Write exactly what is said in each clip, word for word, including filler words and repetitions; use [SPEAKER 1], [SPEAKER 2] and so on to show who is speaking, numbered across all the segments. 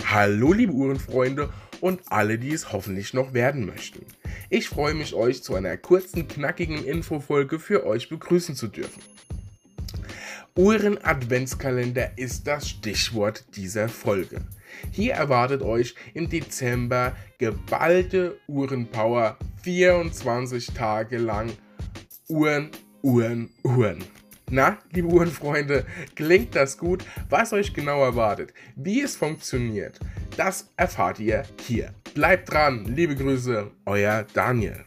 [SPEAKER 1] Hallo liebe Uhrenfreunde und alle, die es hoffentlich noch werden möchten. Ich freue mich, euch zu einer kurzen, knackigen Infofolge für euch begrüßen zu dürfen. Uhren-Adventskalender ist das Stichwort dieser Folge. Hier erwartet euch im Dezember geballte Uhrenpower, vierundzwanzig Tage lang Uhren, Uhren, Uhren. Na, liebe Uhrenfreunde, klingt das gut? Was euch genau erwartet, wie es funktioniert, das erfahrt ihr hier. Bleibt dran, liebe Grüße, euer Daniel.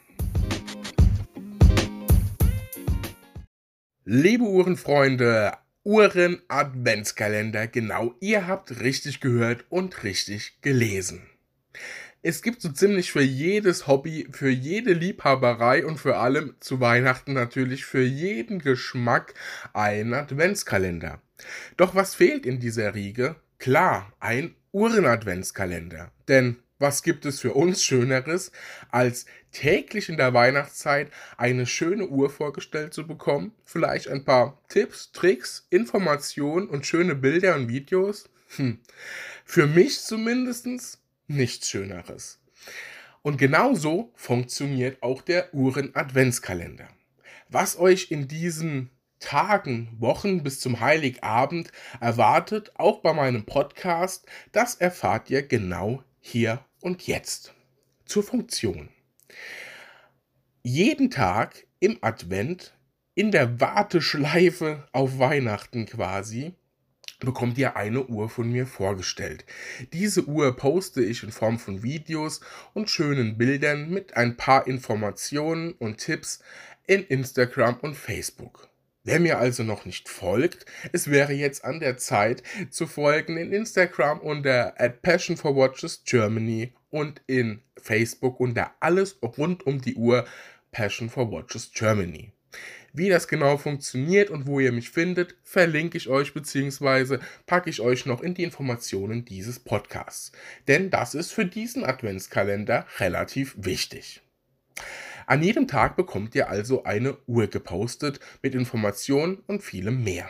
[SPEAKER 1] Liebe Uhrenfreunde, Uhren-Adventskalender, genau, ihr habt richtig gehört und richtig gelesen. Es gibt so ziemlich für jedes Hobby, für jede Liebhaberei und vor allem zu Weihnachten natürlich für jeden Geschmack einen Adventskalender. Doch was fehlt in dieser Riege? Klar, ein Uhren-Adventskalender. Denn was gibt es für uns Schöneres, als täglich in der Weihnachtszeit eine schöne Uhr vorgestellt zu bekommen? Vielleicht ein paar Tipps, Tricks, Informationen und schöne Bilder und Videos? Hm. Für mich zumindest nichts Schöneres. Und genauso funktioniert auch der Uhren-Adventskalender. Was euch in diesen Tagen, Wochen bis zum Heiligabend erwartet, auch bei meinem Podcast, das erfahrt ihr genau hier und jetzt. Zur Funktion. Jeden Tag im Advent, in der Warteschleife auf Weihnachten quasi, bekommt ihr eine Uhr von mir vorgestellt. Diese Uhr poste ich in Form von Videos und schönen Bildern mit ein paar Informationen und Tipps in Instagram und Facebook. Wer mir also noch nicht folgt, es wäre jetzt an der Zeit zu folgen in Instagram unter at passion for watches Germany und in Facebook unter alles rund um die Uhr Passion for Watches Germany. Wie das genau funktioniert und wo ihr mich findet, verlinke ich euch bzw. packe ich euch noch in die Informationen dieses Podcasts. Denn das ist für diesen Adventskalender relativ wichtig. An jedem Tag bekommt ihr also eine Uhr gepostet mit Informationen und vielem mehr.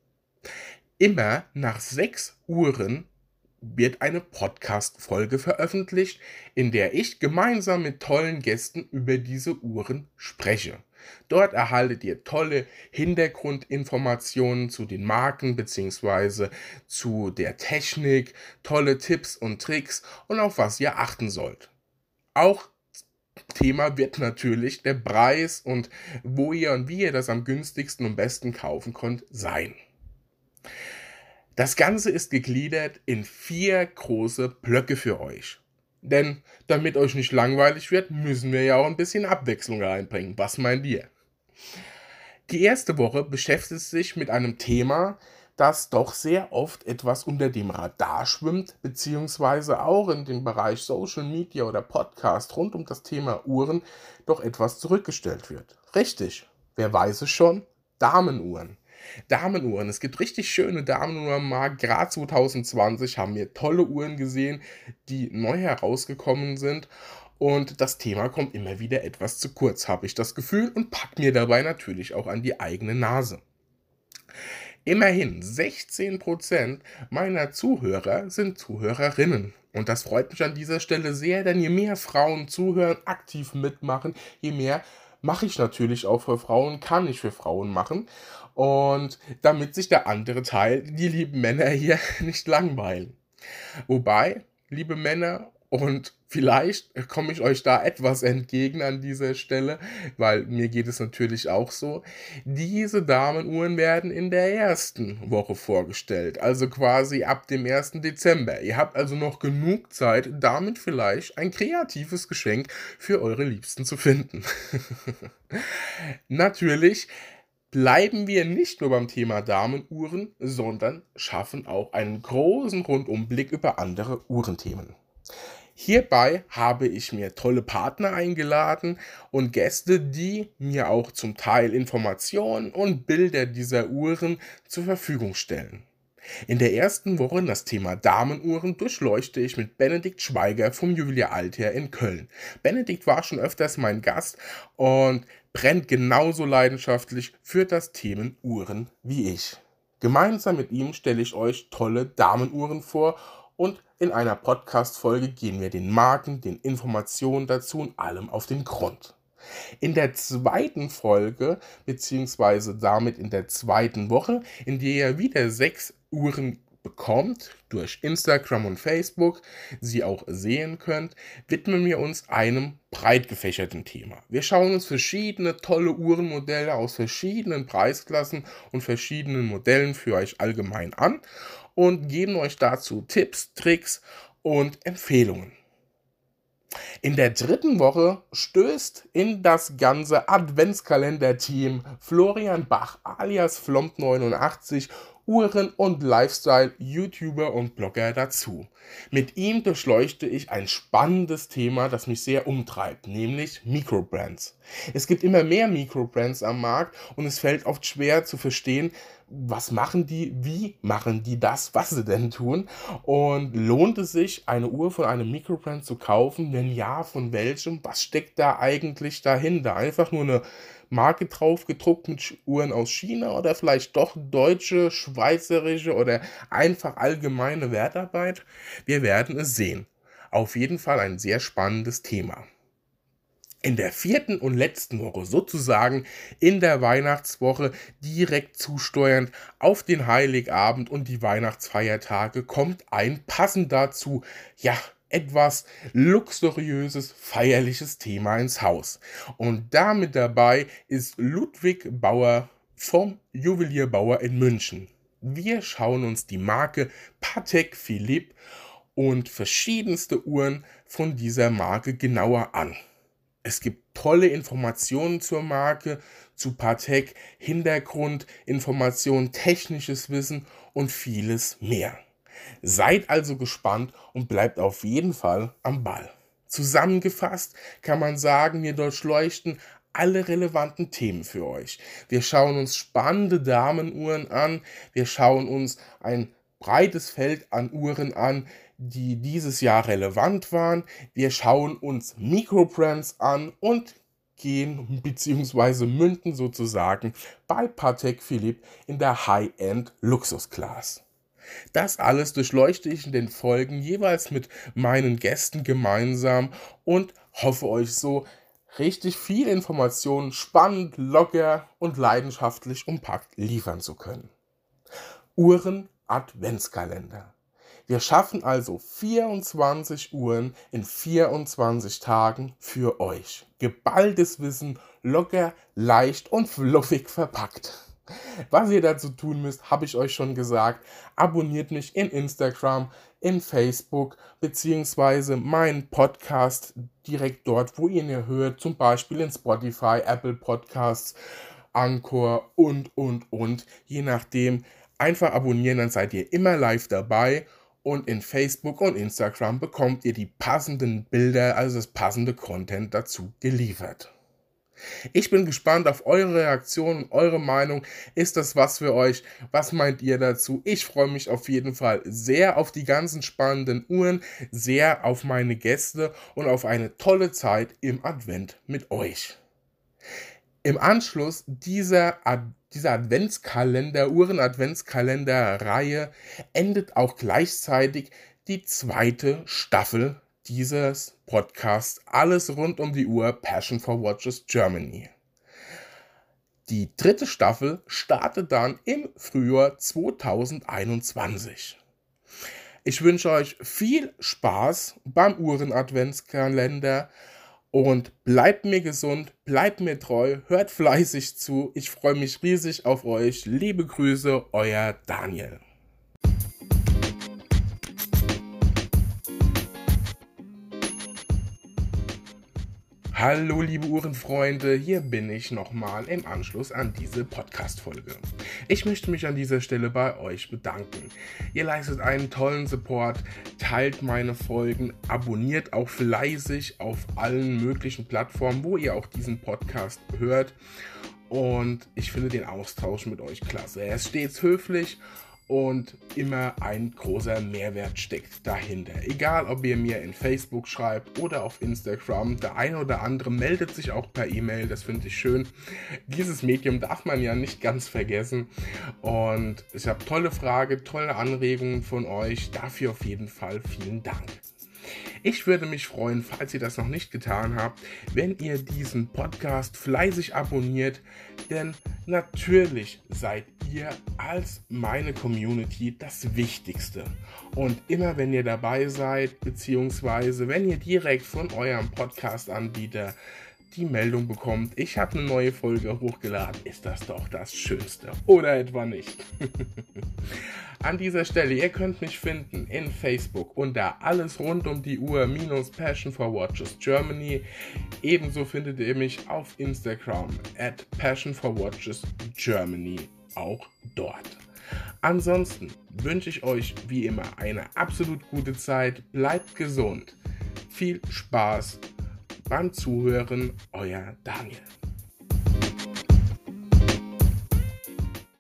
[SPEAKER 1] Immer nach sechs Uhren wird eine Podcast-Folge veröffentlicht, in der ich gemeinsam mit tollen Gästen über diese Uhren spreche. Dort erhaltet ihr tolle Hintergrundinformationen zu den Marken bzw. zu der Technik, tolle Tipps und Tricks und auf was ihr achten sollt. Auch Thema wird natürlich der Preis und wo ihr und wie ihr das am günstigsten und besten kaufen könnt sein. Das Ganze ist gegliedert in vier große Blöcke für euch. Denn damit euch nicht langweilig wird, müssen wir ja auch ein bisschen Abwechslung reinbringen. Was meint ihr? Die erste Woche beschäftigt sich mit einem Thema, das doch sehr oft etwas unter dem Radar schwimmt, beziehungsweise auch in dem Bereich Social Media oder Podcast rund um das Thema Uhren doch etwas zurückgestellt wird. Richtig, wer weiß es schon? Damenuhren. Damenuhren. Es gibt richtig schöne Damenuhren am Markt. Gerade zwanzig zwanzig haben wir tolle Uhren gesehen, die neu herausgekommen sind. Und das Thema kommt immer wieder etwas zu kurz, habe ich das Gefühl, und packt mir dabei natürlich auch an die eigene Nase. Immerhin sechzehn Prozent meiner Zuhörer sind Zuhörerinnen. Und das freut mich an dieser Stelle sehr, denn je mehr Frauen zuhören, aktiv mitmachen, je mehr mache ich natürlich auch für Frauen, kann ich für Frauen machen. Und damit sich der andere Teil, die lieben Männer hier, nicht langweilen. Wobei, liebe Männer, und vielleicht komme ich euch da etwas entgegen an dieser Stelle, weil mir geht es natürlich auch so. Diese Damenuhren werden in der ersten Woche vorgestellt, also quasi ab dem ersten Dezember. Ihr habt also noch genug Zeit, damit vielleicht ein kreatives Geschenk für eure Liebsten zu finden. Natürlich bleiben wir nicht nur beim Thema Damenuhren, sondern schaffen auch einen großen Rundumblick über andere Uhrenthemen. Hierbei habe ich mir tolle Partner eingeladen und Gäste, die mir auch zum Teil Informationen und Bilder dieser Uhren zur Verfügung stellen. In der ersten Woche das Thema Damenuhren durchleuchte ich mit Benedikt Schweiger vom Juwelier Altair in Köln. Benedikt war schon öfters mein Gast und brennt genauso leidenschaftlich für das Thema Uhren wie ich. Gemeinsam mit ihm stelle ich euch tolle Damenuhren vor und in einer Podcast-Folge gehen wir den Marken, den Informationen dazu und allem auf den Grund. In der zweiten Folge, beziehungsweise damit in der zweiten Woche, in der ihr wieder sechs Uhren bekommt, durch Instagram und Facebook, sie auch sehen könnt, widmen wir uns einem breit gefächerten Thema. Wir schauen uns verschiedene tolle Uhrenmodelle aus verschiedenen Preisklassen und verschiedenen Modellen für euch allgemein an und geben euch dazu Tipps, Tricks und Empfehlungen. In der dritten Woche stößt in das ganze Adventskalender-Team Florian Bach alias Flomp neunundachtzig Uhren- und Lifestyle-YouTuber und Blogger dazu. Mit ihm durchleuchte ich ein spannendes Thema, das mich sehr umtreibt, nämlich Microbrands. Es gibt immer mehr Microbrands am Markt und es fällt oft schwer zu verstehen, was machen die, wie machen die das, was sie denn tun, und lohnt es sich, eine Uhr von einem Microbrand zu kaufen? Wenn ja, von welchem? Was steckt da eigentlich dahinter? Einfach nur eine Marke drauf gedruckt mit Uhren aus China oder vielleicht doch deutsche, schweizerische oder einfach allgemeine Wertarbeit? Wir werden es sehen. Auf jeden Fall ein sehr spannendes Thema. In der vierten und letzten Woche, sozusagen in der Weihnachtswoche, direkt zusteuernd auf den Heiligabend und die Weihnachtsfeiertage, kommt ein passend dazu, ja, etwas luxuriöses, feierliches Thema ins Haus. Und damit dabei ist Ludwig Bauer vom Juwelier Bauer in München. Wir schauen uns die Marke Patek Philippe und verschiedenste Uhren von dieser Marke genauer an. Es gibt tolle Informationen zur Marke, zu Patek, Hintergrundinformationen, technisches Wissen und vieles mehr. Seid also gespannt und bleibt auf jeden Fall am Ball. Zusammengefasst kann man sagen, wir durchleuchten alle relevanten Themen für euch. Wir schauen uns spannende Damenuhren an, wir schauen uns ein breites Feld an Uhren an, die dieses Jahr relevant waren. Wir schauen uns Microbrands an und gehen bzw. münden sozusagen bei Patek Philippe in der High-End Luxus-Class. Das alles durchleuchte ich in den Folgen jeweils mit meinen Gästen gemeinsam und hoffe euch so richtig viel Informationen spannend, locker und leidenschaftlich umpackt liefern zu können. Uhren Adventskalender. Wir schaffen also vierundzwanzig Uhren in vierundzwanzig Tagen für euch. Geballtes Wissen, locker, leicht und fluffig verpackt. Was ihr dazu tun müsst, habe ich euch schon gesagt. Abonniert mich in Instagram, in Facebook, beziehungsweise meinen Podcast direkt dort, wo ihr ihn hört, zum Beispiel in Spotify, Apple Podcasts, Anchor und, und, und. Je nachdem, einfach abonnieren, dann seid ihr immer live dabei. Und in Facebook und Instagram bekommt ihr die passenden Bilder, also das passende Content dazu geliefert. Ich bin gespannt auf eure Reaktion, eure Meinung. Ist das was für euch? Was meint ihr dazu? Ich freue mich auf jeden Fall sehr auf die ganzen spannenden Uhren, sehr auf meine Gäste und auf eine tolle Zeit im Advent mit euch. Im Anschluss dieser, Ad- dieser Adventskalender, Uhren-Adventskalender-Reihe endet auch gleichzeitig die zweite Staffel dieses Podcasts. Alles rund um die Uhr Passion for Watches Germany. Die dritte Staffel startet dann im Frühjahr zweitausendeinundzwanzig. Ich wünsche euch viel Spaß beim Uhren-Adventskalender. Und bleibt mir gesund, bleibt mir treu, hört fleißig zu. Ich freue mich riesig auf euch. Liebe Grüße, euer Daniel. Hallo liebe Uhrenfreunde, hier bin ich nochmal im Anschluss an diese Podcast-Folge. Ich möchte mich an dieser Stelle bei euch bedanken. Ihr leistet einen tollen Support, teilt meine Folgen, abonniert auch fleißig auf allen möglichen Plattformen, wo ihr auch diesen Podcast hört. Und ich finde den Austausch mit euch klasse. Er ist stets höflich und immer ein großer Mehrwert steckt dahinter. Egal, ob ihr mir in Facebook schreibt oder auf Instagram, der eine oder andere meldet sich auch per E-Mail, das finde ich schön. Dieses Medium darf man ja nicht ganz vergessen und ich habe tolle Fragen, tolle Anregungen von euch, dafür auf jeden Fall vielen Dank. Ich würde mich freuen, falls ihr das noch nicht getan habt, wenn ihr diesen Podcast fleißig abonniert, denn natürlich seid ihr als meine Community das Wichtigste. Und immer wenn ihr dabei seid, beziehungsweise wenn ihr direkt von eurem Podcast-Anbieter die Meldung bekommt, ich habe eine neue Folge hochgeladen, ist das doch das Schönste. Oder etwa nicht? An dieser Stelle, ihr könnt mich finden in Facebook unter alles rund um die Uhr minus Passion for Watches Germany. Ebenso findet ihr mich auf Instagram at Passion for Watches Germany, auch dort. Ansonsten wünsche ich euch wie immer eine absolut gute Zeit, bleibt gesund, viel Spaß beim Zuhören, euer Daniel.